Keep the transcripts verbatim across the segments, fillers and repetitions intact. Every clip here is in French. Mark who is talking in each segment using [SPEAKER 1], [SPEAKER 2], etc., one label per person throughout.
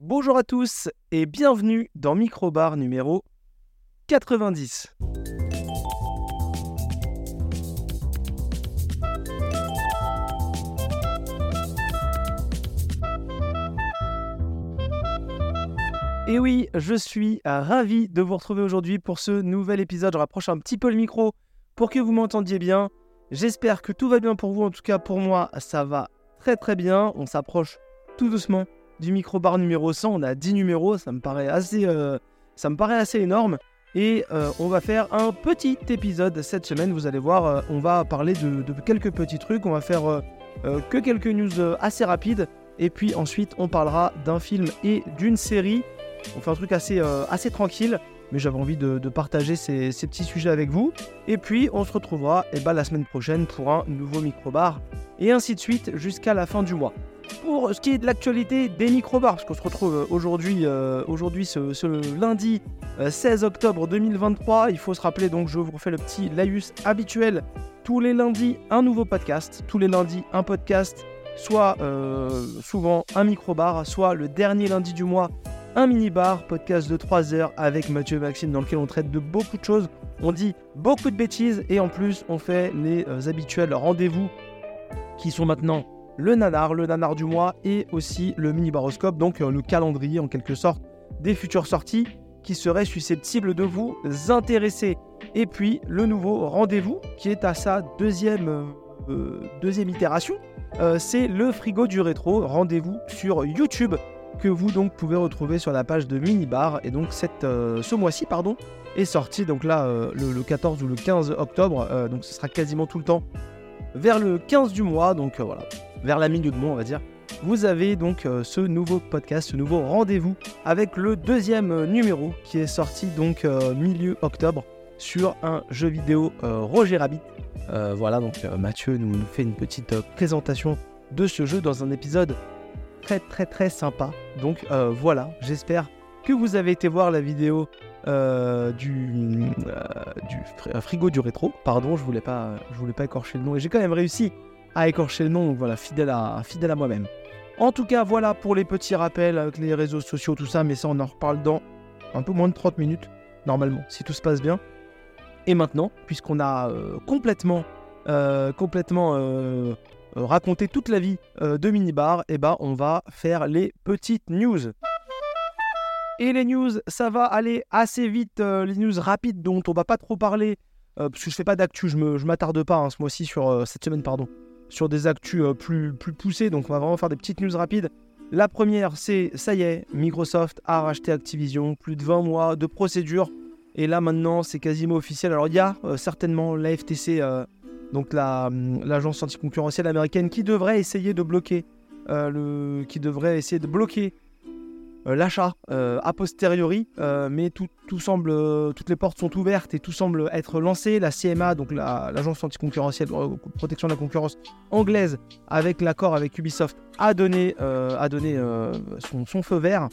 [SPEAKER 1] Bonjour à tous et bienvenue dans Microbar numéro quatre-vingt-dix. Et oui, je suis ravi de vous retrouver aujourd'hui pour ce nouvel épisode. Je rapproche un petit peu le micro pour que vous m'entendiez bien. J'espère que tout va bien pour vous. En tout cas, pour moi, ça va très très bien. On s'approche tout doucement du microbar numéro cent. On a dix numéros. Ça me paraît assez, euh, ça me paraît assez énorme. Et euh, on va faire un petit épisode cette semaine. Vous allez voir, euh, on va parler de, de quelques petits trucs. On va faire euh, euh, que quelques news euh, assez rapides. Et puis ensuite, on parlera d'un film et d'une série. On fait un truc assez, euh, assez tranquille, mais j'avais envie de, de partager ces, ces petits sujets avec vous. Et puis, on se retrouvera eh ben, la semaine prochaine pour un nouveau microbar, et ainsi de suite jusqu'à la fin du mois. Pour ce qui est de l'actualité des microbars, parce qu'on se retrouve aujourd'hui, euh, aujourd'hui ce, ce lundi euh, seize octobre deux mille vingt-trois, il faut se rappeler, donc je vous refais le petit laïus habituel. Tous les lundis, un nouveau podcast. Tous les lundis, un podcast, soit euh, souvent un microbar, soit le dernier lundi du mois, un mini-bar, podcast de trois heures avec Mathieu et Maxime dans lequel on traite de beaucoup de choses, on dit beaucoup de bêtises et en plus on fait les euh, habituels rendez-vous qui sont maintenant le nanar, le nanar du mois et aussi le mini-baroscope, donc euh, le calendrier en quelque sorte des futures sorties qui seraient susceptibles de vous intéresser. Et puis le nouveau rendez-vous qui est à sa deuxième, euh, euh, deuxième itération, euh, c'est le frigo du rétro, rendez-vous sur YouTube, que vous donc pouvez retrouver sur la page de Minibar. Et donc cette, euh, ce mois-ci pardon, est sorti donc là euh, le, le quatorze ou le quinze octobre, euh, donc ce sera quasiment tout le temps vers le quinze du mois, donc euh, voilà, vers la milieu de mois on va dire. Vous avez donc euh, ce nouveau podcast, ce nouveau rendez-vous avec le deuxième euh, numéro qui est sorti donc euh, milieu octobre sur un jeu vidéo euh, Roger Rabbit. Euh, voilà, donc euh, Mathieu nous, nous fait une petite euh, présentation de ce jeu dans un épisode très très très sympa. Donc euh, voilà, j'espère que vous avez été voir la vidéo euh, du, euh, du frigo du rétro. Pardon, je voulais pas, je voulais pas écorcher le nom et j'ai quand même réussi à écorcher le nom. Donc voilà, fidèle à, fidèle à moi-même. En tout cas, voilà pour les petits rappels avec les réseaux sociaux, tout ça. Mais ça, on en reparle dans un peu moins de trente minutes, normalement, si tout se passe bien. Et maintenant, puisqu'on a euh, complètement, euh, complètement euh, Euh, raconter toute la vie euh, de Minibar, et eh ben on va faire les petites news. Et les news, ça va aller assez vite, euh, les news rapides dont on va pas trop parler, euh, parce que je fais pas d'actu, je me, je m'attarde pas hein, ce mois-ci sur euh, cette semaine pardon, sur des actus euh, plus plus poussées, donc on va vraiment faire des petites news rapides. La première, c'est ça y est, Microsoft a racheté Activision, plus de vingt mois de procédure, et là maintenant c'est quasiment officiel. Alors il y a euh, certainement la F T C. Euh, Donc la, l'agence anticoncurrentielle américaine qui devrait essayer de bloquer, euh, le, qui devrait essayer de bloquer euh, l'achat euh, a posteriori, euh, mais tout, tout semble, euh, toutes les portes sont ouvertes et tout semble être lancé. La C M A, donc la, l'agence anticoncurrentielle, euh, protection de la concurrence anglaise, avec l'accord avec Ubisoft, a donné, euh, a donné euh, son, son feu vert.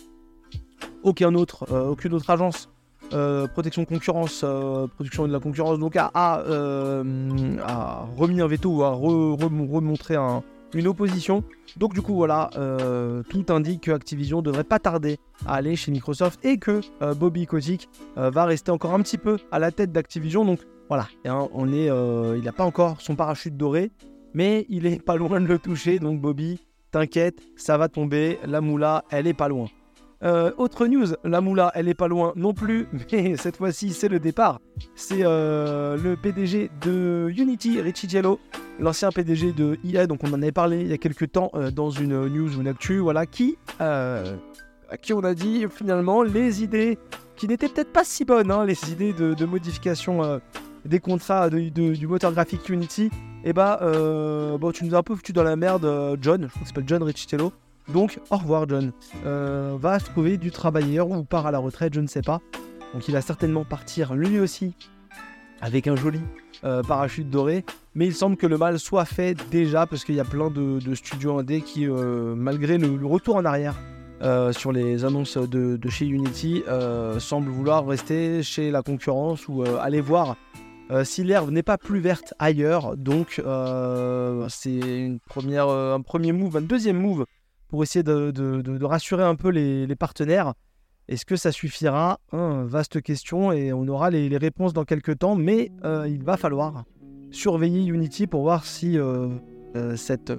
[SPEAKER 1] Aucun autre, euh, aucune autre agence Euh, protection de concurrence, euh, protection de la concurrence, donc a, a, euh, a remis un veto ou a re, re, remontré un, une opposition. Donc du coup voilà, euh, tout indique que Activision devrait pas tarder à aller chez Microsoft et que euh, Bobby Kotick euh, va rester encore un petit peu à la tête d'Activision. Donc voilà, hein, on est, euh, il n'a pas encore son parachute doré, mais il est pas loin de le toucher. Donc Bobby, t'inquiète, ça va tomber, la moula, elle est pas loin. Euh, autre news, la moula elle est pas loin non plus, mais cette fois-ci c'est le départ. C'est euh, le P D G de Unity, Richie Giello, l'ancien P D G de E A, donc on en avait parlé il y a quelques temps euh, dans une news ou une actu, voilà, qui, euh, à qui on a dit finalement les idées qui n'étaient peut-être pas si bonnes, hein, les idées de, de modification euh, des contrats de, de, du moteur graphique Unity, et bah euh, bon, tu nous as un peu foutu dans la merde, euh, John, je crois qu'il s'appelle John Richie Giello. Donc, au revoir John. Euh, va trouver du travail ailleurs ou part à la retraite, je ne sais pas. Donc il va certainement partir lui aussi avec un joli euh, parachute doré. Mais il semble que le mal soit fait déjà parce qu'il y a plein de, de studios indés qui, euh, malgré le, le retour en arrière euh, sur les annonces de, de chez Unity, euh, semblent vouloir rester chez la concurrence ou euh, aller voir euh, si l'herbe n'est pas plus verte ailleurs. Donc euh, c'est une première, euh, un premier move, un deuxième move pour essayer de, de, de, de rassurer un peu les, les partenaires. Est-ce que ça suffira? hein, Vaste question, et on aura les, les réponses dans quelques temps, mais euh, il va falloir surveiller Unity pour voir si euh, euh, cette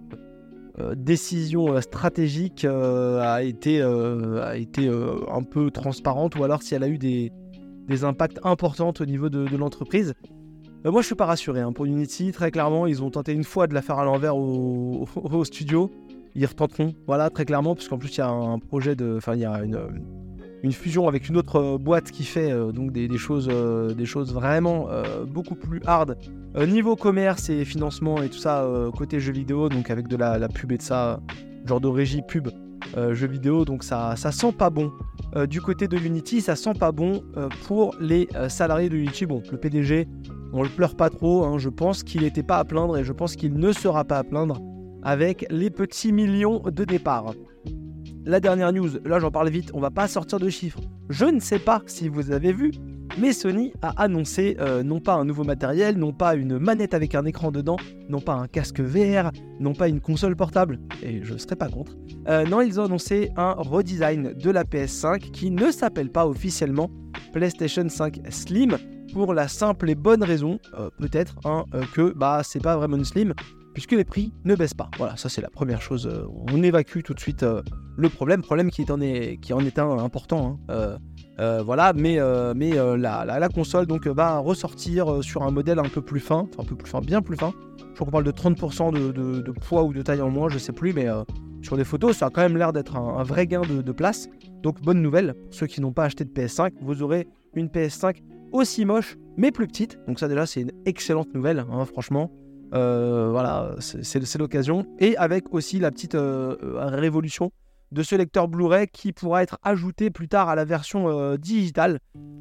[SPEAKER 1] euh, décision stratégique euh, a été, euh, a été euh, un peu transparente, ou alors si elle a eu des, des impacts importants au niveau de, de l'entreprise. Euh, moi, je suis pas rassuré hein, pour Unity. Très clairement, ils ont tenté une fois de la faire à l'envers au, au, au studio. Ils retenteront, voilà, très clairement, parce qu'en plus, il y a un projet de... Enfin, il y a une, une fusion avec une autre euh, boîte qui fait euh, donc des, des, choses, euh, des choses vraiment euh, beaucoup plus hard. Euh, niveau commerce et financement et tout ça, euh, côté jeux vidéo, donc avec de la, la pub et de ça, genre de régie pub, euh, jeux vidéo, donc ça, ça sent pas bon. Euh, du côté de Unity, ça sent pas bon euh, pour les euh, salariés de Unity. Bon, le P D G, on le pleure pas trop, hein, je pense qu'il n'était pas à plaindre et je pense qu'il ne sera pas à plaindre avec les petits millions de départ. La dernière news, là j'en parle vite, on va pas sortir de chiffres. Je ne sais pas si vous avez vu, mais Sony a annoncé euh, non pas un nouveau matériel, non pas une manette avec un écran dedans, non pas un casque V R, non pas une console portable, et je serais pas contre. Euh, non, ils ont annoncé un redesign de la P S cinq qui ne s'appelle pas officiellement PlayStation cinq Slim, pour la simple et bonne raison, euh, peut-être, hein, euh, que bah c'est pas vraiment une Slim, puisque les prix ne baissent pas. Voilà, ça c'est la première chose. Euh, on évacue tout de suite euh, le problème, problème qui, est en est, qui en est un important. Hein. Euh, euh, voilà, mais, euh, mais euh, la, la, la console donc, va ressortir euh, sur un modèle un peu plus fin, enfin un peu plus fin, bien plus fin. Je crois qu'on parle de trente pour cent de, de, de poids ou de taille en moins, je sais plus, mais euh, sur les photos, ça a quand même l'air d'être un, un vrai gain de, de place. Donc bonne nouvelle, pour ceux qui n'ont pas acheté de P S cinq, vous aurez une P S cinq aussi moche, mais plus petite. Donc ça déjà, c'est une excellente nouvelle, hein, franchement. Euh, voilà, c'est, c'est, c'est l'occasion. Et avec aussi la petite euh, révolution de ce lecteur Blu-ray qui pourra être ajouté plus tard à la version euh, digitale.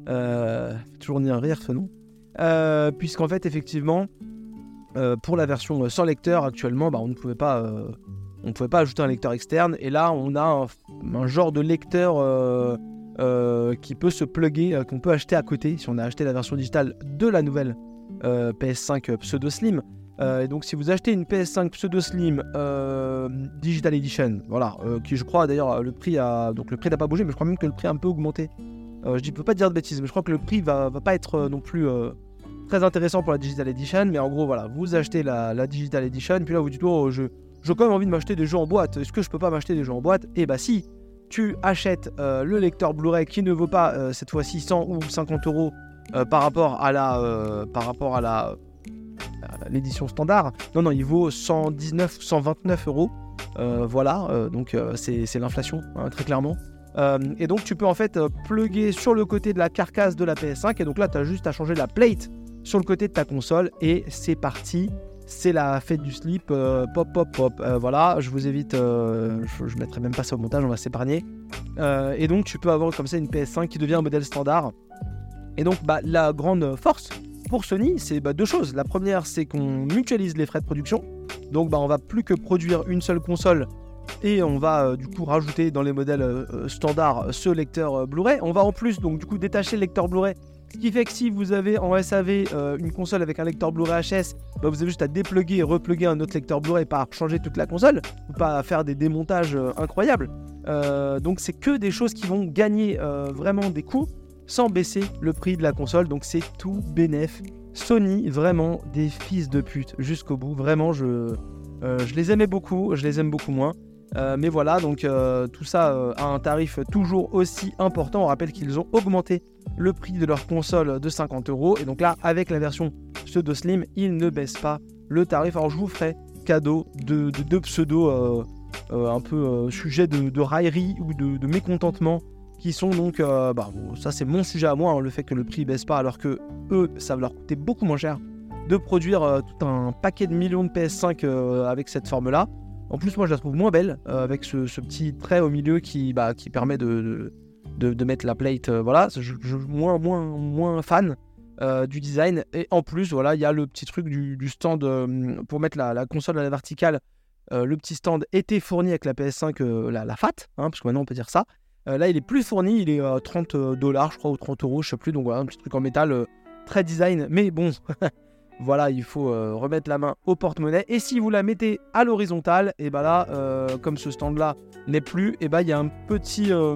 [SPEAKER 1] Euh, toujours ni un rire ce nom. Euh, puisqu'en fait, effectivement, euh, pour la version sans lecteur, actuellement, bah, on ne pouvait pas, euh, on ne pouvait pas ajouter un lecteur externe. Et là, on a un, un genre de lecteur euh, euh, qui peut se plugger, euh, qu'on peut acheter à côté si on a acheté la version digitale de la nouvelle euh, P S cinq Pseudo Slim. Euh, et donc si vous achetez une P S cinq Pseudo Slim euh, Digital Edition, voilà, euh, qui je crois d'ailleurs le prix a donc le prix n'a pas bougé, mais je crois même que le prix a un peu augmenté. Euh, je ne peux pas dire de bêtises, mais je crois que le prix va, va pas être euh, non plus euh, très intéressant pour la Digital Edition. Mais en gros voilà, vous achetez la, la Digital Edition, puis là vous dites oh je j'ai quand même envie de m'acheter des jeux en boîte. Est-ce que je peux pas m'acheter des jeux en boîte? Et bah si tu achètes euh, le lecteur Blu-ray qui ne vaut pas euh, cette fois-ci cent ou cinquante euros euh, par rapport à la euh, par rapport à la l'édition standard, non non il vaut cent dix-neuf cent vingt-neuf euros, euh, voilà, euh, donc euh, c'est, c'est l'inflation hein, très clairement, euh, et donc tu peux en fait euh, plugger sur le côté de la carcasse de la P S cinq, et donc là tu as juste à changer la plate sur le côté de ta console et c'est parti, c'est la fête du slip, euh, pop pop pop, euh, voilà, je vous évite, euh, je, je mettrai même pas ça au montage, on va s'épargner, euh, et donc tu peux avoir comme ça une P S cinq qui devient un modèle standard. Et donc bah, la grande force pour Sony, c'est bah, deux choses. La première, c'est qu'on mutualise les frais de production. Donc bah, on va plus que produire une seule console et on va euh, du coup rajouter dans les modèles euh, standards ce lecteur euh, Blu-ray. On va en plus donc du coup détacher le lecteur Blu-ray, ce qui fait que si vous avez en S A V euh, une console avec un lecteur Blu-ray H S, bah, vous avez juste à dépluguer et repluguer un autre lecteur Blu-ray, pas changer toute la console, ou pas faire des démontages euh, incroyables. Euh, donc c'est que des choses qui vont gagner euh, vraiment des coûts sans baisser le prix de la console, donc c'est tout bénef. Sony, vraiment des fils de pute jusqu'au bout, vraiment je, euh, je les aimais beaucoup, je les aime beaucoup moins, euh, mais voilà, donc euh, tout ça euh, a un tarif toujours aussi important. On rappelle qu'ils ont augmenté le prix de leur console de cinquante euros, et donc là avec la version Pseudo Slim, ils ne baissent pas le tarif. Alors je vous ferai cadeau de deux de pseudo euh, euh, un peu euh, sujet de, de raillerie ou de, de mécontentement, qui sont donc, euh, bah, bon, ça c'est mon sujet à moi, hein, le fait que le prix baisse pas alors que eux, ça va leur coûter beaucoup moins cher de produire euh, tout un paquet de millions de P S cinq euh, avec cette forme-là. En plus, moi je la trouve moins belle, euh, avec ce, ce petit trait au milieu qui, bah, qui permet de, de, de, de mettre la plate, euh, voilà, je, je moins, moins, moins fan euh, du design. Et en plus, voilà, il y a le petit truc du, du stand euh, pour mettre la, la console à la verticale. Euh, le petit stand était fourni avec la P S cinq, euh, la, la Fat, hein, parce que maintenant on peut dire ça. Euh, là, il est plus fourni, il est à euh, trente dollars, je crois, ou trente euros, je sais plus. Donc voilà, un petit truc en métal, euh, très design. Mais bon, voilà, il faut euh, remettre la main au porte-monnaie. Et si vous la mettez à l'horizontale, et ben là, euh, comme ce stand-là n'est plus, et ben il y a un petit, euh,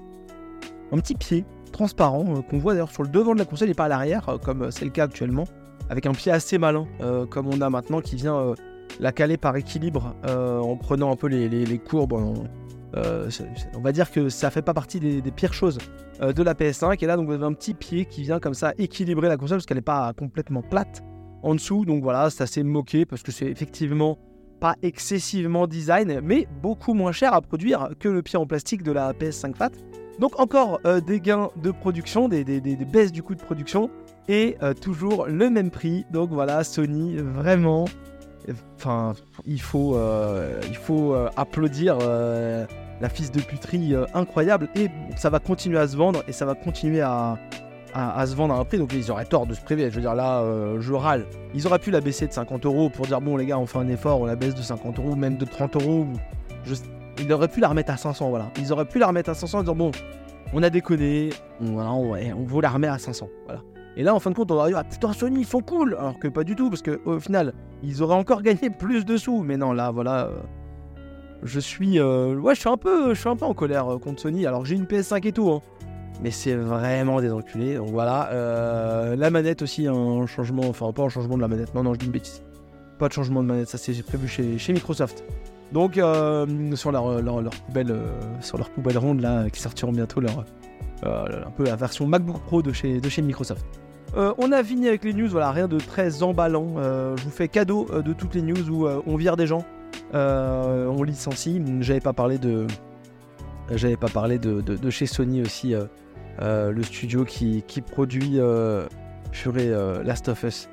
[SPEAKER 1] un petit pied transparent euh, qu'on voit d'ailleurs sur le devant de la console et pas à l'arrière, euh, comme c'est le cas actuellement, avec un pied assez malin, euh, comme on a maintenant, qui vient euh, la caler par équilibre euh, en prenant un peu les, les, les courbes. En, euh, c'est, c'est, on va dire que ça fait pas partie des, des pires choses euh, de la P S cinq. Et là, donc, vous avez un petit pied qui vient comme ça équilibrer la console parce qu'elle n'est pas complètement plate en dessous. Donc voilà, c'est assez moqué parce que c'est effectivement pas excessivement design, mais beaucoup moins cher à produire que le pied en plastique de la P S cinq Fat. Donc encore euh, des gains de production, des, des, des, des baisses du coût de production et euh, toujours le même prix. Donc voilà, Sony, vraiment, enfin, il faut, euh, il faut euh, applaudir euh, la fils de puterie euh, incroyable, et ça va continuer à se vendre et ça va continuer à, à, à se vendre à un prix. Donc ils auraient tort de se priver. Je veux dire, là, euh, je râle. Ils auraient pu la baisser de cinquante euros pour dire bon les gars, on fait un effort, on la baisse de cinquante euros, même de trente euros. Je... Ils auraient pu la remettre à cinq cents, voilà. Ils auraient pu la remettre à cinq cents en disant bon, on a déconné, on, voilà, on, ouais, on vous la remet à cinq cents, voilà. Et là, en fin de compte, on aurait dit ah putain, Sony, ils sont cool, alors que pas du tout, parce qu'au final, ils auraient encore gagné plus de sous. Mais non, là, voilà, euh, je suis, euh, ouais, je suis un peu, je suis un peu en colère euh, contre Sony. Alors j'ai une P S cinq et tout, hein, mais c'est vraiment des enculés. Donc voilà, euh, la manette aussi, un changement, enfin pas un changement de la manette. Non, non, je dis une bêtise. Pas de changement de manette, ça c'est prévu chez, chez Microsoft. Donc euh, sur leur, leur, leur poubelle, euh, sur leur poubelle ronde là, qui sortiront bientôt leur, euh, un peu la version MacBook Pro de chez, de chez Microsoft. Euh, on a fini avec les news, voilà, rien de très emballant. Euh, je vous fais cadeau euh, de toutes les news où euh, on vire des gens, euh, on licencie. J'avais pas parlé de, j'avais pas parlé de, de, de chez Sony aussi, euh, euh, le studio qui, qui produit euh, purée, euh, Last of Us,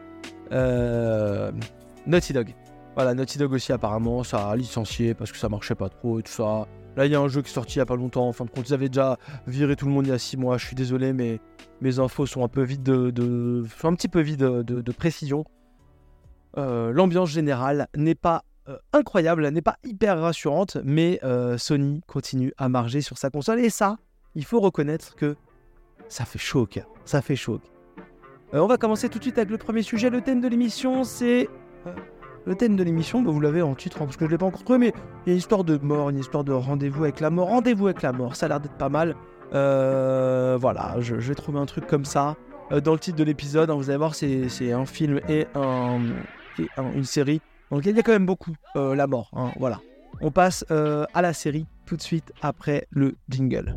[SPEAKER 1] euh, Naughty Dog. Voilà, Naughty Dog aussi apparemment, ça a licencié parce que ça marchait pas trop et tout ça. Là, il y a un jeu qui est sorti il y a pas longtemps. En fin de compte, ils avaient déjà viré tout le monde il y a six mois. Je suis désolé, mais mes infos sont un peu vides de, de... sont un petit peu vides de, de, de précision. Euh, l'ambiance générale n'est pas euh, incroyable, n'est pas hyper rassurante, mais euh, Sony continue à marger sur sa console. Et ça, il faut reconnaître que ça fait chaud au cœur. Ça fait chaud au cœur. Euh, on va commencer tout de suite avec le premier sujet. Le thème de l'émission, c'est... Euh, Le thème de l'émission, bah vous l'avez en titre, hein, parce que je ne l'ai pas encore trouvé, mais il y a une histoire de mort, une histoire de rendez-vous avec la mort. Rendez-vous avec la mort, ça a l'air d'être pas mal. Euh, voilà, je, je vais trouver un truc comme ça. Euh, dans le titre de l'épisode, hein, vous allez voir, c'est, c'est un film et, un, et un, une série dans lequel il y a quand même beaucoup euh, la mort. Hein, voilà. On passe euh, à la série tout de suite après le jingle.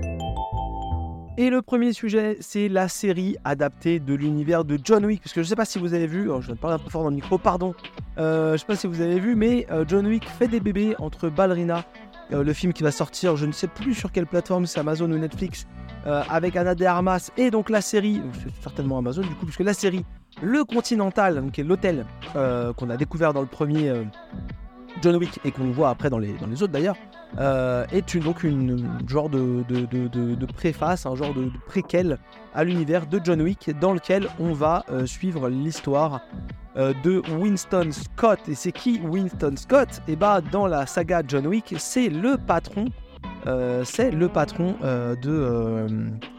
[SPEAKER 1] Et le premier sujet, c'est la série adaptée de l'univers de John Wick. Parce que je ne sais pas si vous avez vu, alors je vais parler un peu fort dans le micro, pardon. Euh, je ne sais pas si vous avez vu, mais euh, John Wick fait des bébés entre Ballerina, euh, le film qui va sortir, je ne sais plus sur quelle plateforme, c'est Amazon ou Netflix, euh, avec Ana de Armas, et donc la série, c'est certainement Amazon du coup, puisque la série, Le Continental, donc, qui est l'hôtel euh, qu'on a découvert dans le premier euh, John Wick et qu'on voit après dans les, dans les autres d'ailleurs, Euh, est une, donc une, une genre de, de, de, de, de préface, un genre de, de préquel à l'univers de John Wick, dans lequel on va euh, suivre l'histoire euh, de Winston Scott. Et c'est qui Winston Scott? Et bah dans la saga John Wick, c'est le patron, euh, c'est le patron euh, de euh,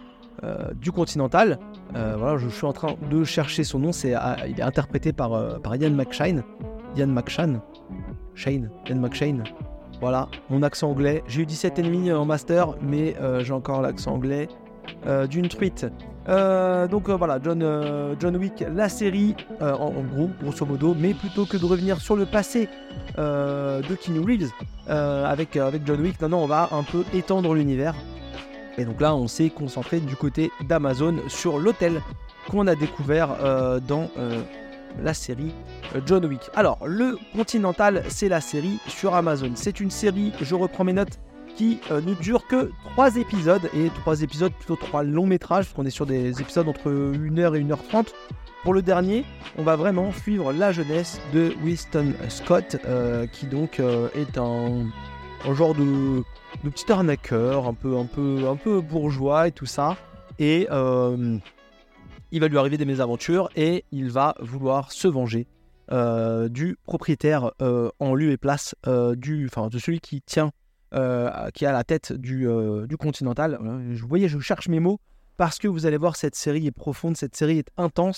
[SPEAKER 1] euh, du Continental. Euh, voilà, je suis en train de chercher son nom. C'est, euh, il est interprété par euh, par Ian McShane, Ian McShane, Shane, Ian McShane. Voilà, mon accent anglais. J'ai eu dix-sept virgule cinq en master, mais euh, j'ai encore l'accent anglais euh, d'une truite. Euh, donc euh, voilà, John, euh, John Wick, la série, euh, en, en gros, grosso modo, mais plutôt que de revenir sur le passé euh, de Keanu Reeves euh, avec, avec John Wick, non, non, on va un peu étendre l'univers. Et donc là, on s'est concentré du côté d'Amazon sur l'hôtel qu'on a découvert euh, dans... Euh, la série John Wick. Alors, le Continental, c'est la série sur Amazon. C'est une série, je reprends mes notes, qui euh, ne dure que trois épisodes, et trois épisodes, plutôt trois longs métrages, parce qu'on est sur des épisodes entre une heure et une heure trente. Pour le dernier, on va vraiment suivre la jeunesse de Winston Scott, euh, qui donc euh, est un, un genre de, de petit arnaqueur, un peu, un, peu, un peu bourgeois et tout ça. Et... Euh, il va lui arriver des mésaventures et il va vouloir se venger euh, du propriétaire euh, en lieu et place euh, du, enfin, de celui qui tient, euh, qui est à la tête du, euh, du Continental. Vous voyez, je cherche mes mots parce que vous allez voir, cette série est profonde, cette série est intense.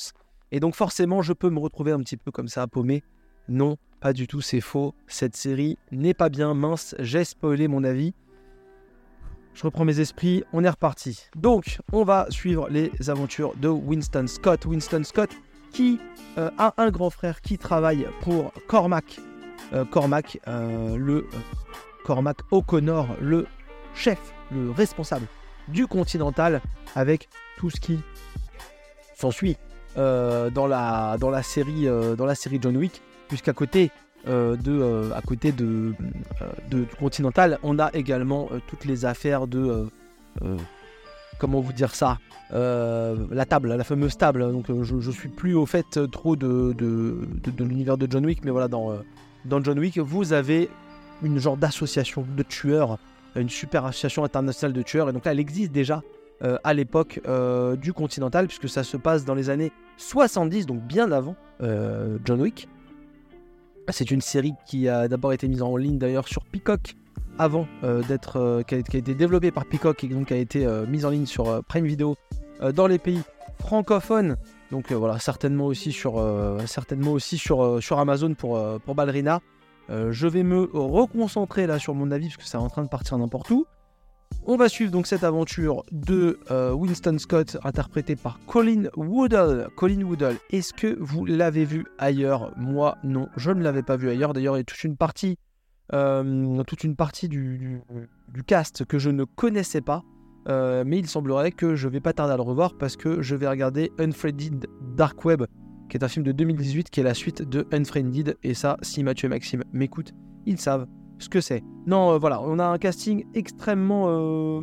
[SPEAKER 1] Et donc forcément, je peux me retrouver un petit peu comme ça, paumé. Non, pas du tout, c'est faux. Cette série n'est pas bien, mince, j'ai spoilé mon avis. Je reprends mes esprits, on est reparti. Donc, on va suivre les aventures de Winston Scott. Winston Scott qui euh, a un grand frère qui travaille pour Cormac. Euh, Cormac, euh, le euh, Cormac O'Connor, le chef, le responsable du Continental, avec tout ce qui s'ensuit euh, dans la dans la série euh, dans la série John Wick, puisqu'à côté euh, de euh, à côté de, euh, de du Continental, on a également euh, toutes les affaires de euh, euh, comment vous dire ça, euh, la table, la fameuse table. Donc euh, je, je suis plus au fait euh, trop de de, de de l'univers de John Wick, mais voilà, dans euh, dans John Wick, vous avez une genre d'association de tueurs, une super association internationale de tueurs, et donc là elle existe déjà euh, à l'époque euh, du Continental, puisque ça se passe dans les années soixante-dix, donc bien avant euh, John Wick. C'est une série qui a d'abord été mise en ligne d'ailleurs sur Peacock avant euh, d'être euh, qui, a, qui a été développée par Peacock et donc qui a été euh, mise en ligne sur euh, Prime Video euh, dans les pays francophones. Donc euh, voilà, certainement aussi sur euh, certainement aussi sur euh, sur Amazon pour euh, pour Ballerina. Euh, je vais me reconcentrer là sur mon avis parce que c'est en train de partir n'importe où. On va suivre donc cette aventure de euh, Winston Scott, interprété par Colin Woodall. Colin Woodall, est-ce que vous l'avez vu ailleurs ? Moi, non, je ne l'avais pas vu ailleurs. D'ailleurs, il y a toute une partie, euh, toute une partie du, du, du cast que je ne connaissais pas. Euh, mais il semblerait que je vais pas tarder à le revoir parce que je vais regarder Unfriended Dark Web, qui est un film de deux mille dix-huit, qui est la suite de Unfriended. Et ça, si Mathieu et Maxime m'écoutent, ils savent ce que c'est. Non, euh, voilà, on a un casting extrêmement euh,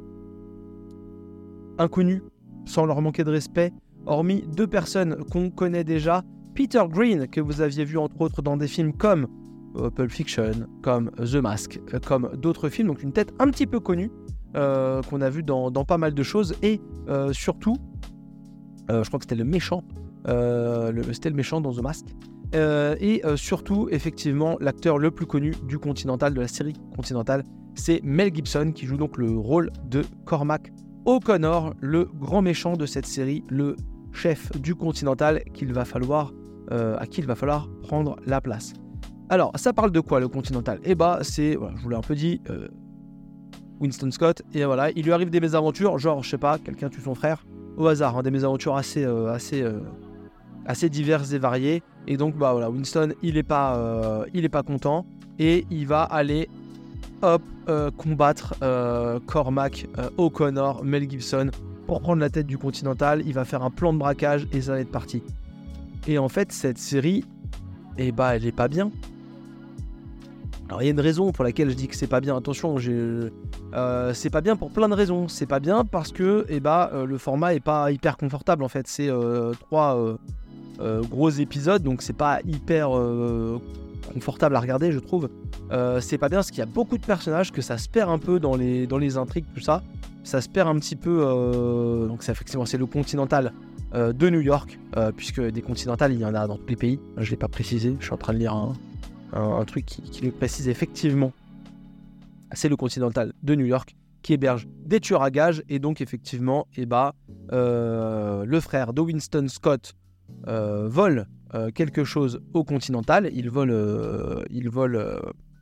[SPEAKER 1] inconnu, sans leur manquer de respect, hormis deux personnes qu'on connaît déjà. Peter Green, que vous aviez vu entre autres dans des films comme euh, Pulp Fiction, comme The Mask, euh, comme d'autres films, donc une tête un petit peu connue, euh, qu'on a vu dans, dans pas mal de choses, et euh, surtout, euh, je crois que c'était le méchant, euh, le, c'était le méchant dans The Mask. Euh, et euh, surtout, effectivement, l'acteur le plus connu du Continental, de la série Continental, c'est Mel Gibson, qui joue donc le rôle de Cormac O'Connor, le grand méchant de cette série, le chef du Continental qu'il va falloir, euh, à qui il va falloir prendre la place. Alors, ça parle de quoi le Continental ? Eh bah, c'est, voilà, je vous l'ai un peu dit, euh, Winston Scott, et voilà, il lui arrive des mésaventures, genre, je sais pas, quelqu'un tue son frère, au hasard, hein, des mésaventures assez, euh, assez, euh, assez diverses et variées. Et donc bah voilà, Winston il est pas euh, il est pas content et il va aller hop euh, combattre euh, Cormac euh, O'Connor, Mel Gibson, pour prendre la tête du Continental. Il va faire un plan de braquage et ça va être parti. Et en fait cette série, eh bah elle est pas bien. Alors il y a une raison pour laquelle je dis que c'est pas bien. Attention, j'ai, euh, c'est pas bien pour plein de raisons. C'est pas bien parce que eh bah euh, le format est pas hyper confortable en fait. C'est euh, trois euh, Euh, gros épisodes, donc c'est pas hyper euh, confortable à regarder, je trouve. Euh, c'est pas bien parce qu'il y a beaucoup de personnages, que ça se perd un peu dans les, dans les intrigues, tout ça. Ça se perd un petit peu. Euh, donc c'est effectivement c'est le Continental euh, de New York, euh, puisque des Continentales il y en a dans tous les pays. Je l'ai pas précisé, je suis en train de lire un, un, un truc qui, qui le précise effectivement. C'est le Continental de New York qui héberge des tueurs à gages, et donc effectivement, et bah, euh, le frère de Winston Scott Euh, vole euh, quelque chose au Continental. Il vole, euh, il vole euh,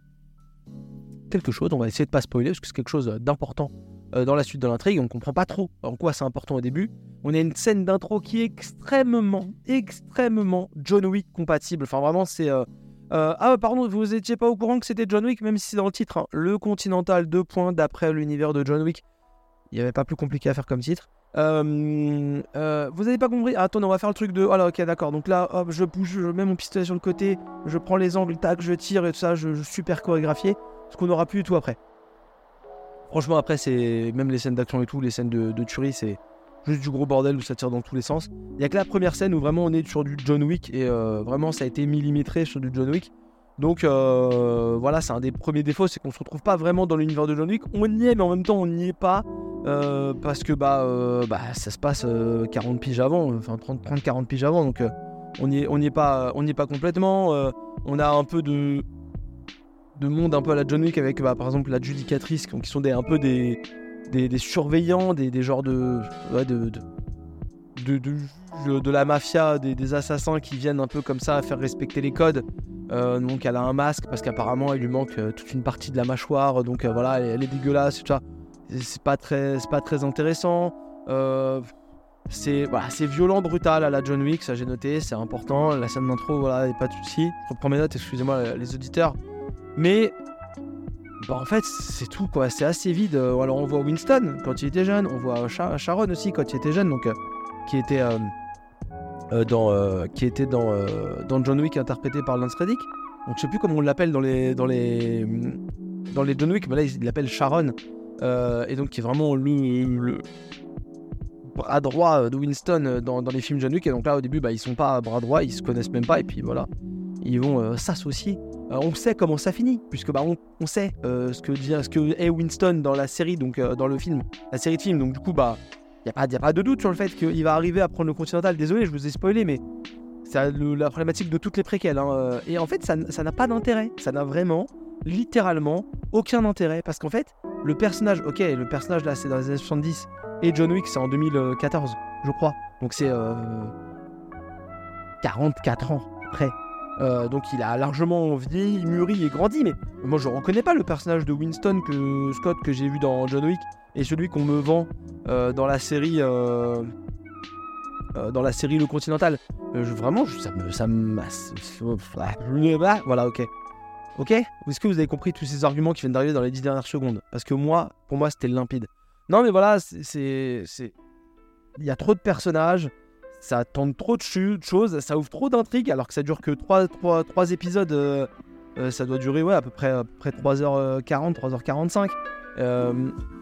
[SPEAKER 1] quelque chose. On va essayer de pas spoiler parce que c'est quelque chose d'important euh, dans la suite de l'intrigue. On comprend pas trop en quoi c'est important au début. On a une scène d'intro qui est extrêmement, extrêmement John Wick compatible. Enfin vraiment c'est euh, euh, ah pardon, vous étiez pas au courant que c'était John Wick, même si c'est dans le titre, hein. Le Continental deux points d'après l'univers de John Wick. Il n'y avait pas plus compliqué à faire comme titre. Euh, euh, vous avez pas compris ? Ah, attendez, on va faire le truc de... Ah là, ok, d'accord. Donc là, hop, je bouge, je mets mon pistolet sur le côté, je prends les angles, tac, je tire et tout ça, je, je super chorégraphié. Ce qu'on n'aura plus du tout après. Franchement, après, c'est... Même les scènes d'action et tout, les scènes de, de tuerie, c'est juste du gros bordel où ça tire dans tous les sens. Il n'y a que la première scène où vraiment on est sur du John Wick et euh, vraiment ça a été millimétré sur du John Wick. Donc euh, voilà, c'est un des premiers défauts, c'est qu'on se retrouve pas vraiment dans l'univers de John Wick. On y est, mais en même temps on n'y est pas. Euh, parce que bah, euh, bah ça se passe euh, quarante piges avant, enfin trente à quarante piges avant, donc euh, on n'y est, on n'y est pas, on n'y est pas complètement. Euh, on a un peu de, de monde un peu à la John Wick avec bah, par exemple la judicatrice, qui sont des, un peu des, des, des surveillants, des, des genres de, ouais, de, de, de, de, de la mafia, des, des assassins qui viennent un peu comme ça faire respecter les codes. Euh, donc elle a un masque parce qu'apparemment il lui manque euh, toute une partie de la mâchoire, donc euh, voilà, elle, elle est dégueulasse, tu vois. C'est pas très, c'est pas très intéressant. Euh, c'est, voilà, c'est violent, brutal à la John Wick, ça j'ai noté, c'est important. La scène d'intro, voilà, y a pas de souci. Je reprends mes notes, excusez-moi les auditeurs. Mais bah, en fait, c'est tout quoi, c'est assez vide. Alors on voit Winston quand il était jeune, on voit Char- Sharon aussi quand il était jeune, donc euh, qui était euh, euh, dans, euh, qui était dans, euh, dans John Wick interprété par Lance Reddick. Donc je sais plus comment on l'appelle dans les dans les dans les John Wick, mais là il l'appelle Sharon. Euh, et donc qui est vraiment le, le bras droit de Winston dans, dans les films John Wick. Et donc là au début bah, ils sont pas bras droit, ils se connaissent même pas et puis voilà, ils vont euh, s'associer. Euh, on sait comment ça finit puisque bah, on, on sait euh, ce que dit, ce que est Winston dans la série, donc euh, dans le film, la série de films. Donc du coup bah il y a pas y a pas de doute sur le fait qu'il va arriver à prendre le Continental. Désolé, je vous ai spoilé, mais c'est le, la problématique de toutes les préquelles. Hein. Et en fait ça, ça n'a pas d'intérêt, ça n'a vraiment littéralement aucun intérêt parce qu'en fait le personnage, ok, le personnage là c'est dans les années soixante-dix et John Wick c'est en deux mille quatorze je crois, donc c'est euh, quarante-quatre ans après, euh, donc il a largement vieilli, mûri et grandi. Mais moi je reconnais pas le personnage de Winston que Scott que j'ai vu dans John Wick et celui qu'on me vend euh, dans la série euh, euh, dans la série Le Continental. Euh, je, vraiment je, ça me ça me voilà, ok. Ok ? Est-ce que vous avez compris tous ces arguments qui viennent d'arriver dans les dix dernières secondes ? Parce que moi, pour moi, c'était limpide. Non, mais voilà, c'est, c'est, c'est... il y a trop de personnages, ça tente trop de choses, ça ouvre trop d'intrigues, alors que ça dure que trois épisodes. Euh, euh, ça doit durer, ouais, à peu près, à peu près trois heures quarante, trois heures quarante-cinq. Euh,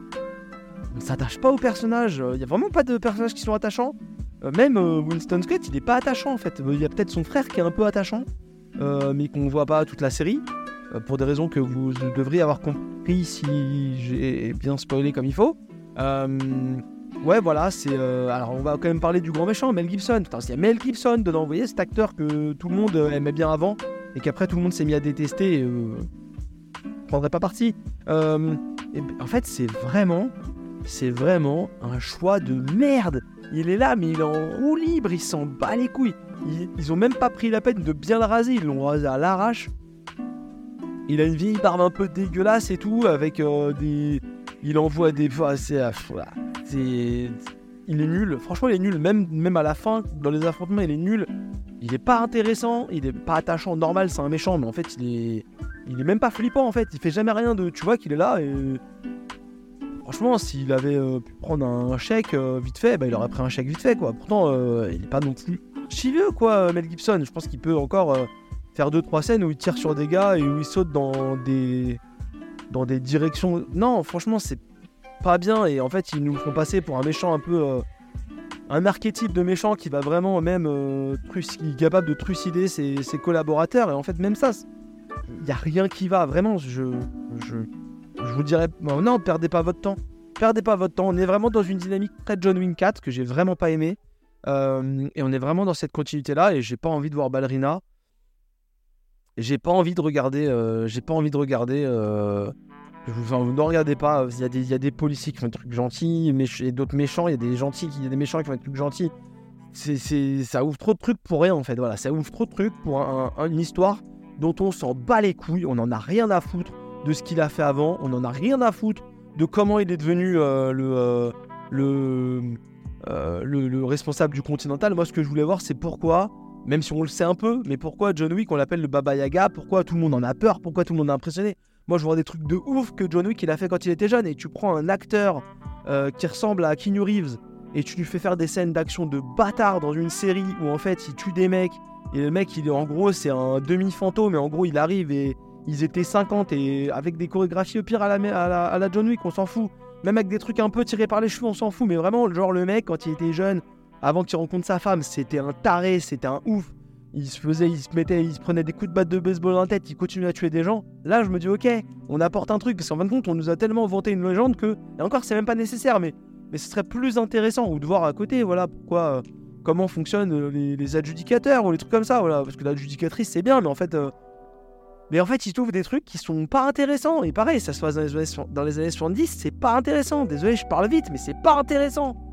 [SPEAKER 1] on s'attache pas aux personnages. Il y a vraiment pas de personnages qui sont attachants. Euh, même euh, Winston Scott, il est pas attachant, en fait. Il y a peut-être son frère qui est un peu attachant, euh, mais qu'on voit pas toute la série. Pour des raisons que vous devriez avoir compris si j'ai bien spoilé comme il faut. Euh, ouais, voilà, c'est... Euh, alors, on va quand même parler du grand méchant, Mel Gibson. Putain, il y a Mel Gibson dedans, vous voyez, cet acteur que tout le monde aimait bien avant, et qu'après tout le monde s'est mis à détester, et euh, prendrait pas parti. Euh, et, en fait, c'est vraiment... C'est vraiment un choix de merde. Il est là, mais il est en roue libre, il s'en bat les couilles. Ils, ils ont même pas pris la peine de bien le raser, ils l'ont rasé à l'arrache. Il a une vieille barbe un peu dégueulasse et tout, avec euh, des... Il envoie des... Enfin, c'est... c'est... Il est nul. Franchement, il est nul. Même, même à la fin, dans les affrontements, il est nul. Il est pas intéressant. Il est pas attachant. Normal, c'est un méchant, mais en fait, il est... Il est même pas flippant, en fait. Il fait jamais rien de... Tu vois qu'il est là et... Franchement, s'il avait euh, pu prendre un chèque euh, vite fait, bah, il aurait pris un chèque vite fait, quoi. Pourtant, euh, il est pas non plus si vieux, quoi, Mel Gibson. Je pense qu'il peut encore... Euh, faire deux trois scènes où il tire sur des gars et où il saute dans des dans des directions. Non, franchement, c'est pas bien. Et en fait, ils nous font passer pour un méchant un peu euh, un archétype de méchant qui va vraiment même euh, truc, qui est capable de trucider ses, ses collaborateurs. Et en fait, même ça, il y a rien qui va. Vraiment, je je je vous dirais non, perdez pas votre temps. Perdez pas votre temps. On est vraiment dans une dynamique très John Wick quatre que j'ai vraiment pas aimé. Euh, et on est vraiment dans cette continuité là. Et j'ai pas envie de voir Ballerina. J'ai pas envie de regarder, euh, j'ai pas envie de regarder, euh, enfin, ne regardez pas, il y a des, il y a des policiers qui font des trucs gentils, méch- et d'autres méchants, il y a des gentils, il y a des méchants qui font des trucs gentils. C'est, c'est, ça ouvre trop de trucs pour rien en fait, voilà, ça ouvre trop de trucs pour un, un, une histoire dont on s'en bat les couilles, on en a rien à foutre de ce qu'il a fait avant, on en a rien à foutre de comment il est devenu euh, le, euh, le, euh, le, le responsable du Continental. Moi ce que je voulais voir c'est pourquoi... Même si on le sait un peu, mais pourquoi John Wick on l'appelle le Baba Yaga? Pourquoi tout le monde en a peur? Pourquoi tout le monde est impressionné? Moi je vois des trucs de ouf que John Wick il a fait quand il était jeune. Et tu prends un acteur euh, qui ressemble à Keanu Reeves et tu lui fais faire des scènes d'action de bâtard dans une série où en fait il tue des mecs. Et le mec il est en gros c'est un demi-fantôme. Et en gros il arrive et ils étaient cinquante et avec des chorégraphies au pire à la, à la, à la John Wick on s'en fout. Même avec des trucs un peu tirés par les cheveux on s'en fout. Mais vraiment genre le mec quand il était jeune, avant qu'il rencontre sa femme, c'était un taré, c'était un ouf. Il se faisait, il se mettait, il se prenait des coups de batte de baseball dans la tête, il continuait à tuer des gens. Là, je me dis, ok, on apporte un truc, parce qu'en fin de compte, on nous a tellement vanté une légende que, et encore, c'est même pas nécessaire, mais, mais ce serait plus intéressant, ou de voir à côté, voilà, pourquoi, euh, comment fonctionnent euh, les, les adjudicateurs, ou les trucs comme ça, voilà, parce que l'adjudicatrice, c'est bien, mais en fait, euh, mais en fait, il trouve des trucs qui sont pas intéressants, et pareil, ça se passe dans les années, dans les années soixante-dix, c'est pas intéressant. Désolé, je parle vite, mais c'est pas intéressant.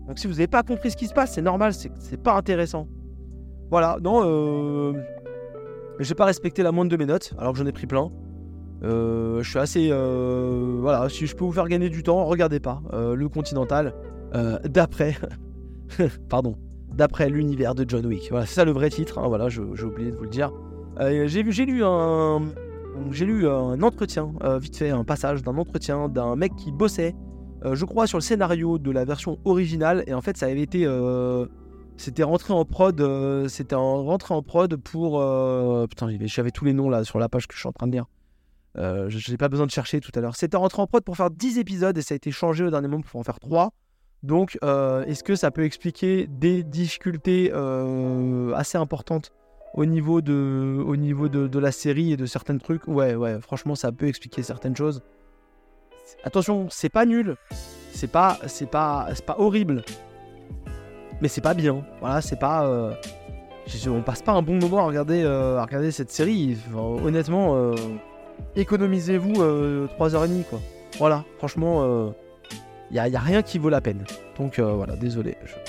[SPEAKER 1] Donc si vous n'avez pas compris ce qui se passe, c'est normal, c'est, c'est pas intéressant. Voilà, non, euh... j'ai pas respecté la moindre de mes notes, alors que j'en ai pris plein. Euh, je suis assez... Euh... Voilà, si je peux vous faire gagner du temps, regardez pas. Euh, le Continental, euh, d'après... Pardon. D'après l'univers de John Wick. Voilà, c'est ça le vrai titre, hein, voilà, je, j'ai oublié de vous le dire. Euh, j'ai, j'ai lu un... J'ai lu un entretien, euh, vite fait, un passage d'un entretien d'un mec qui bossait, euh, je crois, sur le scénario de la version originale. Et en fait, ça avait été... Euh... C'était rentré en prod, euh, c'était en, rentré en prod pour... Euh... Putain, j'avais, j'avais tous les noms là sur la page que je suis en train de lire. Euh, je n'ai pas besoin de chercher tout à l'heure. C'était rentré en prod pour faire dix épisodes et ça a été changé au dernier moment pour en faire trois. Donc, euh, est-ce que ça peut expliquer des difficultés euh, assez importantes au niveau, de, au niveau de, de la série et de certains trucs? Ouais, ouais, franchement, ça peut expliquer certaines choses. Attention, c'est pas nul. C'est pas, c'est pas, c'est pas horrible. Mais c'est pas bien. Voilà, c'est pas... Euh, on passe pas un bon moment à regarder, euh, à regarder cette série. Enfin, honnêtement... Euh, économisez-vous euh, trois heures trente quoi. Voilà, franchement, il euh, n'y a, a rien qui vaut la peine. Donc euh, voilà, désolé. Je,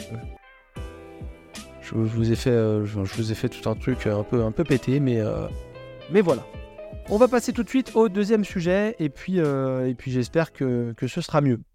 [SPEAKER 1] je, je, vous ai fait, euh, je, je vous ai fait tout un truc un peu, un peu pété, mais, euh, mais voilà. On va passer tout de suite au deuxième sujet, et puis, euh, et puis j'espère que, que ce sera mieux.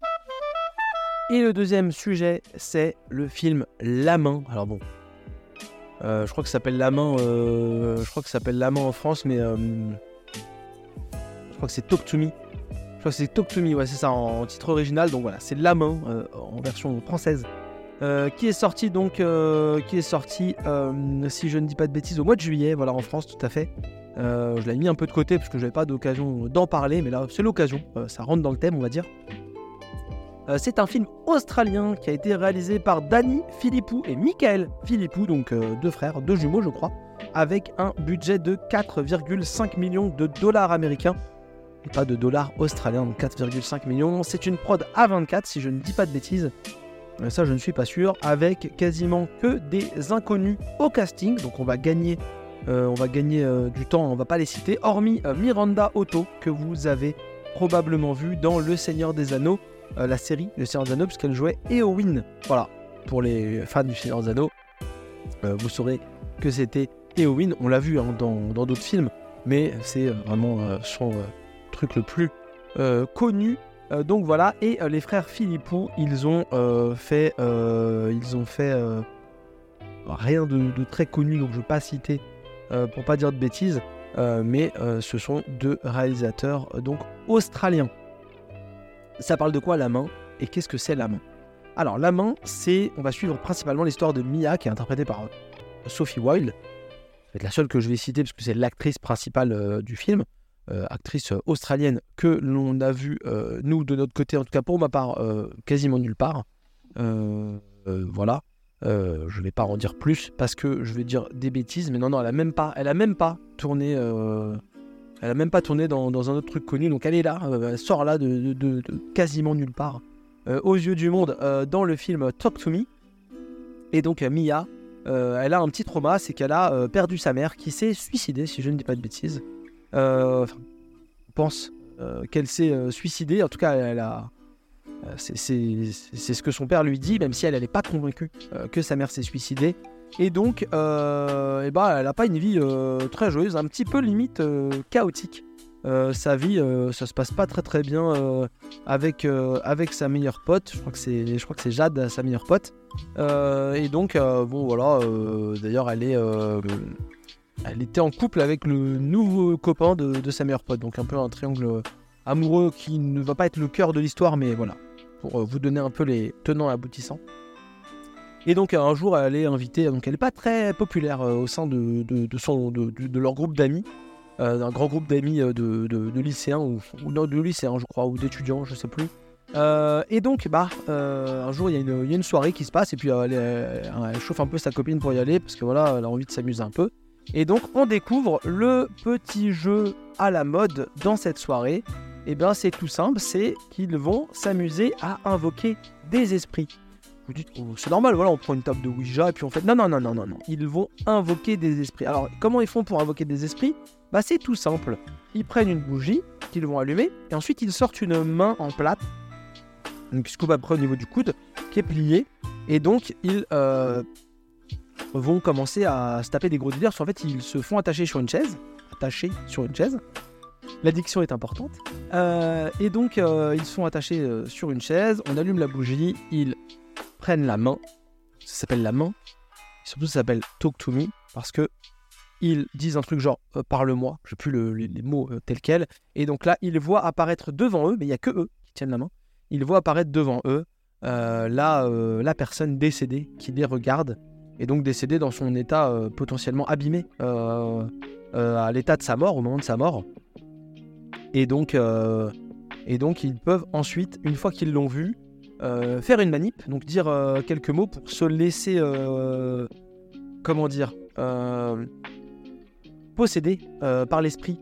[SPEAKER 1] Et le deuxième sujet, c'est le film La Main. Alors bon, euh, je crois que ça s'appelle La Main, euh, je crois que ça s'appelle La Main en France, mais... Euh, Je crois que c'est Talk to Me. Je crois que c'est Talk to Me, ouais, c'est ça, en, en titre original. Donc voilà, c'est La Main, euh, en version française, euh, qui est sorti donc, euh, qui est sorti, euh, si je ne dis pas de bêtises, au mois de juillet, voilà, en France, tout à fait. Euh, je l'avais mis un peu de côté parce que je n'avais pas d'occasion d'en parler, mais là, c'est l'occasion. Euh, ça rentre dans le thème, on va dire. Euh, c'est un film australien qui a été réalisé par Danny Philippou et Michael Philippou, donc euh, deux frères, deux jumeaux, je crois, avec un budget de quatre virgule cinq millions de dollars américains. Et pas de dollars australiens, donc quatre virgule cinq millions. C'est une prod A vingt-quatre, si je ne dis pas de bêtises. Ça, je ne suis pas sûr. Avec quasiment que des inconnus au casting. Donc, on va gagner, euh, on va gagner euh, du temps. On ne va pas les citer. Hormis euh, Miranda Otto, que vous avez probablement vu dans Le Seigneur des Anneaux, euh, la série Le Seigneur des Anneaux, puisqu'elle jouait Éowyn. Voilà. Pour les fans du Seigneur des Anneaux, euh, vous saurez que c'était Éowyn. On l'a vu hein, dans, dans d'autres films. Mais c'est euh, vraiment euh, son... Euh, truc le plus euh, connu, euh, donc voilà. Et euh, les frères Philippou, ils ont euh, fait euh, ils ont fait euh, rien de, de très connu, donc je ne vais pas citer euh, pour pas dire de bêtises, euh, mais euh, ce sont deux réalisateurs euh, donc australiens. Ça parle de quoi, La Main, et qu'est-ce que c'est La Main? Alors La Main, c'est, on va suivre principalement l'histoire de Mia, qui est interprétée par euh, Sophie Wilde. C'est la seule que je vais citer parce que c'est l'actrice principale euh, du film. Euh, actrice euh, australienne que l'on a vue, euh, nous, de notre côté, en tout cas pour ma part, euh, quasiment nulle part. Euh, euh, voilà. Euh, je ne vais pas en dire plus parce que je vais dire des bêtises, mais non, non, elle a même pas, elle a même pas tourné, euh, elle a même pas tourné dans, dans un autre truc connu. Donc elle est là, euh, elle sort là de, de, de, de quasiment nulle part, euh, aux yeux du monde, euh, dans le film Talk to Me. Et donc Mia, euh, elle a un petit trauma, c'est qu'elle a euh, perdu sa mère qui s'est suicidée, si je ne dis pas de bêtises. Euh, on pense euh, qu'elle s'est euh, suicidée. En tout cas, elle a, euh, c'est, c'est, c'est ce que son père lui dit, même si elle n'est pas convaincue euh, que sa mère s'est suicidée. Et donc, euh, et bah, elle n'a pas une vie euh, très joyeuse, un petit peu limite euh, chaotique. Euh, sa vie, euh, ça se passe pas très très bien euh, avec, euh, avec sa meilleure pote. Je crois que c'est, je crois que c'est Jade, sa meilleure pote. Euh, et donc, euh, bon voilà, euh, d'ailleurs, elle est... Euh, Elle était en couple avec le nouveau copain de, de sa meilleure pote. Donc un peu un triangle amoureux qui ne va pas être le cœur de l'histoire, mais voilà, pour vous donner un peu les tenants et aboutissants. Et donc un jour, elle est invitée, donc elle n'est pas très populaire euh, au sein de, de, de, son, de, de, de leur groupe d'amis, euh, d'un grand groupe d'amis de, de, de lycéens, ou, ou non, de lycéens je crois, ou d'étudiants, je sais plus. Euh, et donc, bah, euh, un jour, il y, y a une soirée qui se passe, et puis euh, elle, elle, elle chauffe un peu sa copine pour y aller, parce que voilà, elle a envie de s'amuser un peu. Et donc on découvre le petit jeu à la mode dans cette soirée. Et bien c'est tout simple, c'est qu'ils vont s'amuser à invoquer des esprits. Vous dites, oh, c'est normal, voilà, on prend une table de Ouija et puis on fait... Non, non, non, non, non, non, ils vont invoquer des esprits. Alors comment ils font pour invoquer des esprits? Bah c'est tout simple. Ils prennent une bougie qu'ils vont allumer et ensuite ils sortent une main en plate, une scoop après au niveau du coude, qui est pliée. Et donc, ils euh, vont commencer à se taper des gros délires. Parce qu'en fait, ils se font attacher sur une chaise. Attachés sur une chaise. L'addiction est importante. Euh, et donc, euh, ils se font attacher euh, sur une chaise. On allume la bougie. Ils prennent la main. Ça s'appelle la main. Et surtout, ça s'appelle Talk to Me. Parce que ils disent un truc genre euh, parle-moi. Je n'ai plus le, les, les mots euh, tels quels. Et donc là, ils voient apparaître devant eux. Mais il n'y a que eux qui tiennent la main. Ils voient apparaître devant eux euh, la, euh, la personne décédée qui les regarde. Et donc décédée dans son état euh, potentiellement abîmé. Euh, euh, à l'état de sa mort, au moment de sa mort. Et donc, euh, et donc ils peuvent ensuite, une fois qu'ils l'ont vu, euh, faire une manip, donc dire euh, quelques mots pour se laisser, euh, comment dire, euh, posséder euh, par l'esprit.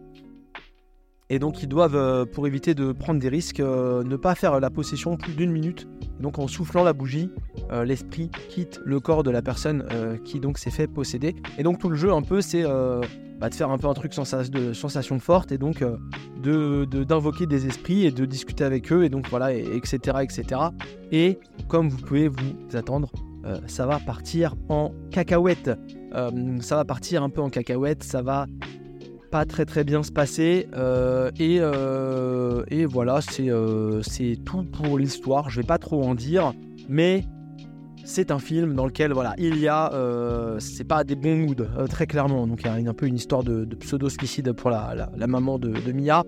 [SPEAKER 1] Et donc ils doivent, euh, pour éviter de prendre des risques, euh, ne pas faire la possession plus d'une minute. Et donc en soufflant la bougie, euh, l'esprit quitte le corps de la personne euh, qui donc s'est fait posséder. Et donc tout le jeu un peu c'est euh, bah, de faire un peu un truc sensa- de sensation forte et donc euh, de, de, d'invoquer des esprits et de discuter avec eux et donc voilà et, etc etc. Et comme vous pouvez vous attendre, euh, ça va partir en cacahuète. Euh, ça va partir un peu en cacahuète, ça va pas très très bien se passer euh, et, euh, et voilà c'est, euh, c'est tout pour l'histoire. Je vais pas trop en dire, mais c'est un film dans lequel voilà il y a euh, c'est pas des bons moods euh, très clairement. Donc il y a une, un peu une histoire de, de pseudo-suicide pour la, la, la maman de, de Mia.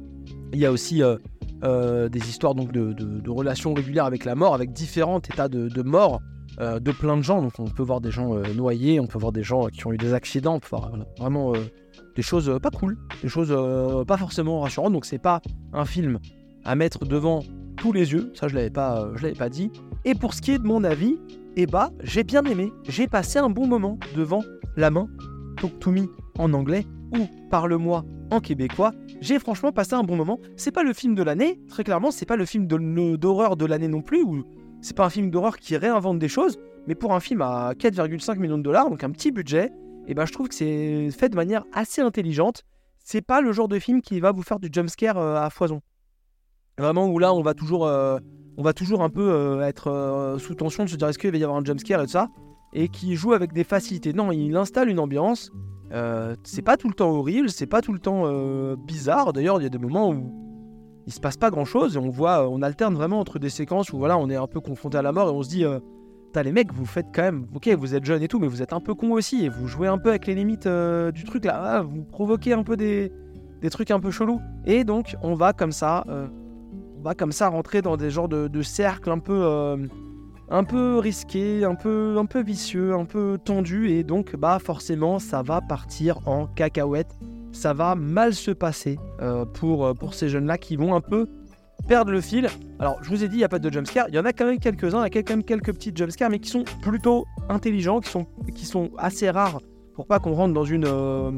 [SPEAKER 1] Il y a aussi euh, euh, des histoires donc de, de, de relations régulières avec la mort, avec différents états de, de mort euh, de plein de gens. Donc on peut voir des gens euh, noyés, on peut voir des gens qui ont eu des accidents, on peut voir voilà, vraiment euh, des choses euh, pas cool, des choses euh, pas forcément rassurantes. Donc c'est pas un film à mettre devant tous les yeux, ça je l'avais pas, euh, je l'avais pas dit. Et pour ce qui est de mon avis, eh bah j'ai bien aimé, j'ai passé un bon moment devant la main Talk to Me en anglais ou Parle-moi en québécois. J'ai franchement passé un bon moment. C'est pas le film de l'année, très clairement, c'est pas le film de, d'horreur de l'année non plus, ou c'est pas un film d'horreur qui réinvente des choses, mais pour un film à quatre virgule cinq millions de dollars, donc un petit budget, et ben je trouve que c'est fait de manière assez intelligente. C'est pas le genre de film qui va vous faire du jumpscare euh, à foison. Vraiment où là on va toujours, euh, on va toujours un peu euh, être euh, sous tension de se dire est-ce qu'il va y avoir un jumpscare et tout ça, et qui joue avec des facilités. Non, il installe une ambiance. Euh, c'est pas tout le temps horrible, c'est pas tout le temps euh, bizarre. D'ailleurs, il y a des moments où il se passe pas grand chose et on voit, on alterne vraiment entre des séquences où voilà, on est un peu confronté à la mort et on se dit. Euh, T'as les mecs, vous faites quand même, ok, vous êtes jeunes et tout, mais vous êtes un peu cons aussi, et vous jouez un peu avec les limites euh, du truc là, ah, vous provoquez un peu des, des trucs un peu chelous, et donc on va comme ça, euh, on va comme ça rentrer dans des genres de, de cercles un peu, euh, un peu risqués, un peu, un peu vicieux, un peu tendus, et donc bah forcément ça va partir en cacahuète, ça va mal se passer euh, pour, pour ces jeunes là qui vont un peu perdre le fil. Alors je vous ai dit il n'y a pas de jumpscare, il y en a quand même quelques-uns, il y a quand même quelques petits jumpscares mais qui sont plutôt intelligents, qui sont, qui sont assez rares pour pas qu'on rentre dans une euh,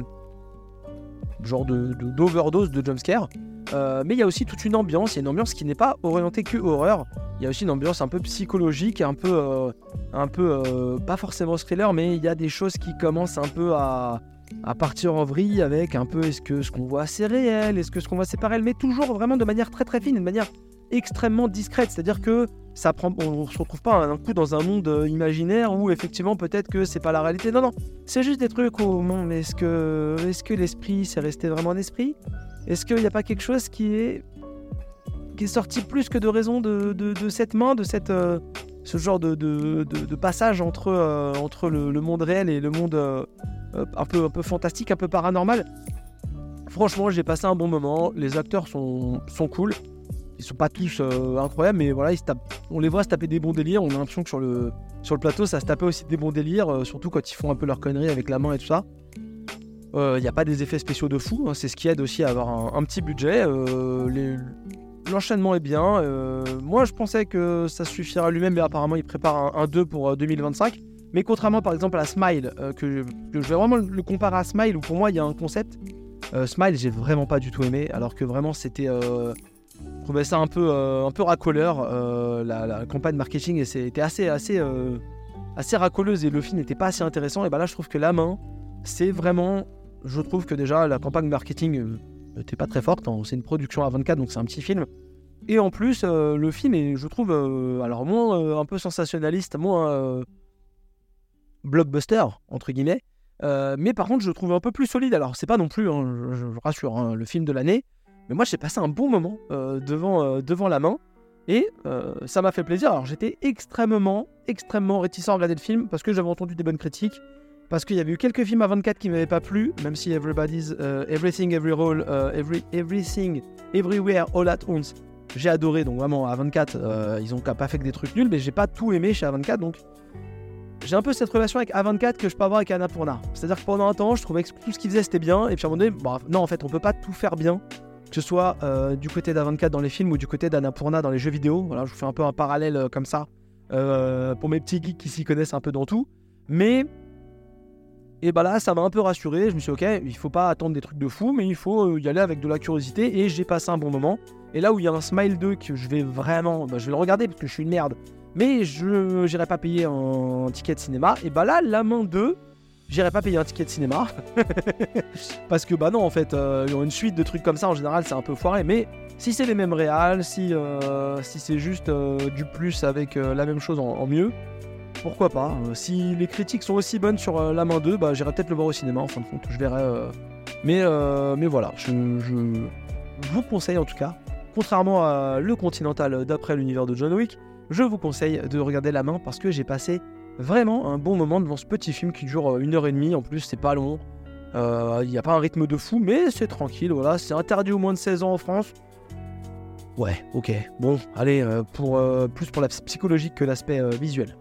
[SPEAKER 1] genre de, de, d'overdose de jumpscare. Euh, mais il y a aussi toute une ambiance, il y a une ambiance qui n'est pas orientée que horreur, il y a aussi une ambiance un peu psychologique, un peu, euh, un peu euh, pas forcément thriller, mais il y a des choses qui commencent un peu à à partir en vrille avec un peu est-ce que ce qu'on voit c'est réel, est-ce que ce qu'on voit c'est pas réel, mais toujours vraiment de manière très très fine, de manière extrêmement discrète, c'est-à-dire que ça prend, on se retrouve pas un coup dans un monde imaginaire où effectivement peut-être que c'est pas la réalité, non non, c'est juste des trucs où bon, mais est-ce que, est-ce que l'esprit c'est resté vraiment un esprit, est-ce qu'il n'y a pas quelque chose qui est qui est sorti plus que de raison de, de, de cette main, de cette, euh, ce genre de, de, de, de passage entre, euh, entre le, le monde réel et le monde euh, un peu, un peu fantastique, un peu paranormal. Franchement, j'ai passé un bon moment. Les acteurs sont, sont cool. Ils sont pas tous euh, incroyables, mais voilà, ils se tapent, on les voit se taper des bons délires. On a l'impression que sur le, sur le plateau, ça se tapait aussi des bons délires, euh, surtout quand ils font un peu leur connerie avec la main et tout ça. Il euh, n'y a pas des effets spéciaux de fou, hein, c'est ce qui aide aussi à avoir un, un petit budget. Euh, les, l'enchaînement est bien. Euh, moi, je pensais que ça suffirait à lui-même, mais apparemment, il prépare un, un deux pour euh, deux mille vingt-cinq. Mais contrairement par exemple à Smile, euh, que, que je vais vraiment le comparer à Smile, où pour moi il y a un concept. Euh, Smile, j'ai vraiment pas du tout aimé, alors que vraiment c'était. Euh, je trouvais ça un peu, euh, un peu racoleur, euh, la, la campagne marketing, et c'était assez, assez, euh, assez racoleuse et le film n'était pas assez intéressant. Et bah là, je trouve que La Main, c'est vraiment. Je trouve que déjà la campagne marketing n'était pas très forte. Hein, c'est une production A vingt-quatre, donc c'est un petit film. Et en plus, euh, le film est, je trouve, euh, alors moins euh, un peu sensationnaliste, moins euh, blockbuster, entre guillemets. Euh, mais par contre, je le trouve un peu plus solide. Alors, c'est pas non plus, hein, je, je rassure, hein, le film de l'année. Mais moi, j'ai passé un bon moment euh, devant, euh, devant la main. Et euh, ça m'a fait plaisir. Alors, j'étais extrêmement, extrêmement réticent à regarder le film parce que j'avais entendu des bonnes critiques. Parce qu'il y avait eu quelques films à vingt-quatre qui m'avaient pas plu, même si Everybody's uh, Everything, Every Role, uh, every, Everything, Everywhere, All at Once, j'ai adoré. Donc vraiment, à vingt-quatre, euh, ils ont pas fait que des trucs nuls, mais j'ai pas tout aimé chez A vingt-quatre. Donc j'ai un peu cette relation avec A vingt-quatre que je peux avoir avec Annapurna. C'est-à-dire que pendant un temps, je trouvais que tout ce qu'ils faisaient c'était bien, et puis à un moment donné, bah, non, en fait, on peut pas tout faire bien, que ce soit euh, du côté d'A vingt-quatre dans les films ou du côté d'Annapurna dans les jeux vidéo. Voilà, je vous fais un peu un parallèle euh, comme ça euh, pour mes petits geeks qui s'y connaissent un peu dans tout. Mais et bah là, ça m'a un peu rassuré. Je me suis dit, ok, il faut pas attendre des trucs de fou, mais il faut y aller avec de la curiosité. Et j'ai passé un bon moment. Et là où il y a un Smile deux que je vais vraiment, bah, je vais le regarder parce que je suis une merde, mais je n'irai pas payer un ticket de cinéma. Et bah là, La Main deux, j'irai pas payer un ticket de cinéma parce que bah non, en fait, euh, une suite de trucs comme ça en général, c'est un peu foiré. Mais si c'est les mêmes réals, si euh, si c'est juste euh, du plus avec euh, la même chose en, en mieux. Pourquoi pas, euh, si les critiques sont aussi bonnes sur euh, La Main deux, bah, j'irai peut-être le voir au cinéma en fin de compte, je verrai. Euh... Mais, euh, mais voilà, je, je, je vous conseille en tout cas, contrairement à Le Continental d'après l'univers de John Wick, je vous conseille de regarder La Main parce que j'ai passé vraiment un bon moment devant ce petit film qui dure une heure et demie, en plus c'est pas long, il euh, n'y a pas un rythme de fou, mais c'est tranquille, voilà, c'est interdit aux moins de seize ans en France. Ouais, ok, bon, allez, euh, pour, euh, plus pour la psychologique que l'aspect euh, visuel.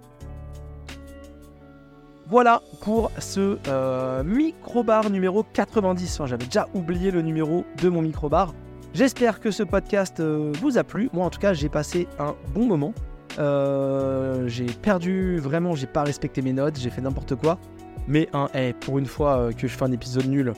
[SPEAKER 1] Voilà pour ce euh, micro-bar numéro quatre-vingt-dix. Enfin, j'avais déjà oublié le numéro de mon micro-bar. J'espère que ce podcast euh, vous a plu. Moi, en tout cas, j'ai passé un bon moment. Euh, j'ai perdu, vraiment, j'ai pas respecté mes notes, j'ai fait n'importe quoi. Mais hein, hey, pour une fois euh, que je fais un épisode nul,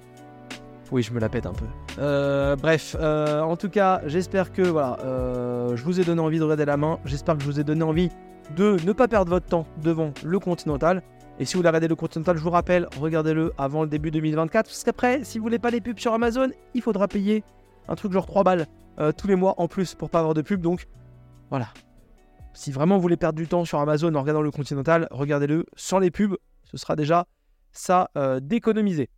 [SPEAKER 1] oui, je me la pète un peu. Euh, bref, euh, en tout cas, j'espère que voilà, euh, je vous ai donné envie de regarder La Main. J'espère que je vous ai donné envie de ne pas perdre votre temps devant le Continental. Et si vous voulez regarder le Continental, je vous rappelle, regardez-le avant le début deux mille vingt-quatre. Parce qu'après, si vous voulez pas les pubs sur Amazon, il faudra payer un truc genre trois balles euh, tous les mois en plus pour pas avoir de pub. Donc voilà. Si vraiment vous voulez perdre du temps sur Amazon en regardant le Continental, regardez-le sans les pubs. Ce sera déjà ça euh, d'économiser.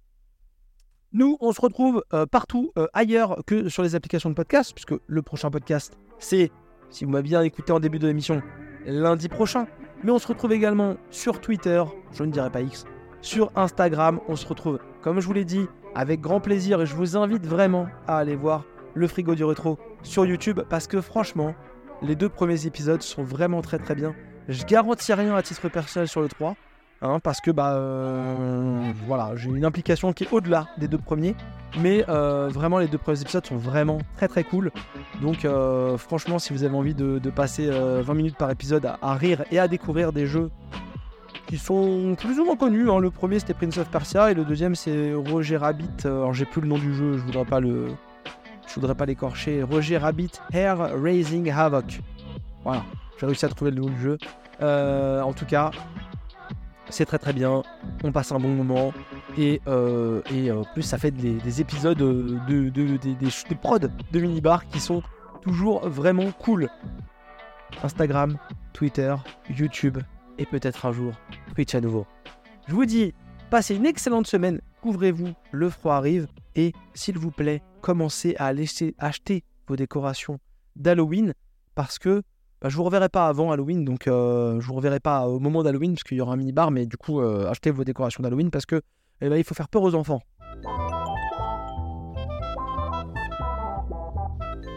[SPEAKER 1] Nous, on se retrouve euh, partout euh, ailleurs que sur les applications de podcast, puisque le prochain podcast, c'est, si vous m'avez bien écouté en début de l'émission, lundi prochain. Mais on se retrouve également sur Twitter, je ne dirais pas X, sur Instagram. On se retrouve, comme je vous l'ai dit, avec grand plaisir. Et je vous invite vraiment à aller voir le Frigo du Rétro sur YouTube, parce que franchement, les deux premiers épisodes sont vraiment très très bien. Je garantis rien à titre personnel sur le trois. Hein, parce que bah euh, voilà, j'ai une implication qui est au-delà des deux premiers, mais euh, vraiment les deux premiers épisodes sont vraiment très très cool. Donc euh, franchement, si vous avez envie de, de passer euh, vingt minutes par épisode à, à rire et à découvrir des jeux qui sont plus ou moins connus, hein. Le premier c'était Prince of Persia et le deuxième c'est Roger Rabbit. Alors j'ai plus le nom du jeu, je voudrais pas le, je voudrais pas l'écorcher. Roger Rabbit Hair Raising Havoc. Voilà, j'ai réussi à trouver le nom du jeu. Euh, en tout cas. C'est très très bien, on passe un bon moment et, euh, et en plus ça fait des, des épisodes de, de, de, de, des, des prods de mini-bar qui sont toujours vraiment cool. Instagram, Twitter, YouTube et peut-être un jour Twitch à nouveau. Je vous dis, passez une excellente semaine, couvrez-vous, le froid arrive et s'il vous plaît, commencez à laisser acheter vos décorations d'Halloween parce que bah, je vous reverrai pas avant Halloween, donc euh, je vous reverrai pas au moment d'Halloween parce qu'il y aura un mini-bar, mais du coup, euh, achetez vos décorations d'Halloween parce que eh ben, il faut faire peur aux enfants.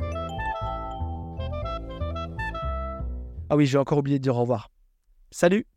[SPEAKER 1] Ah oui, j'ai encore oublié de dire au revoir. Salut!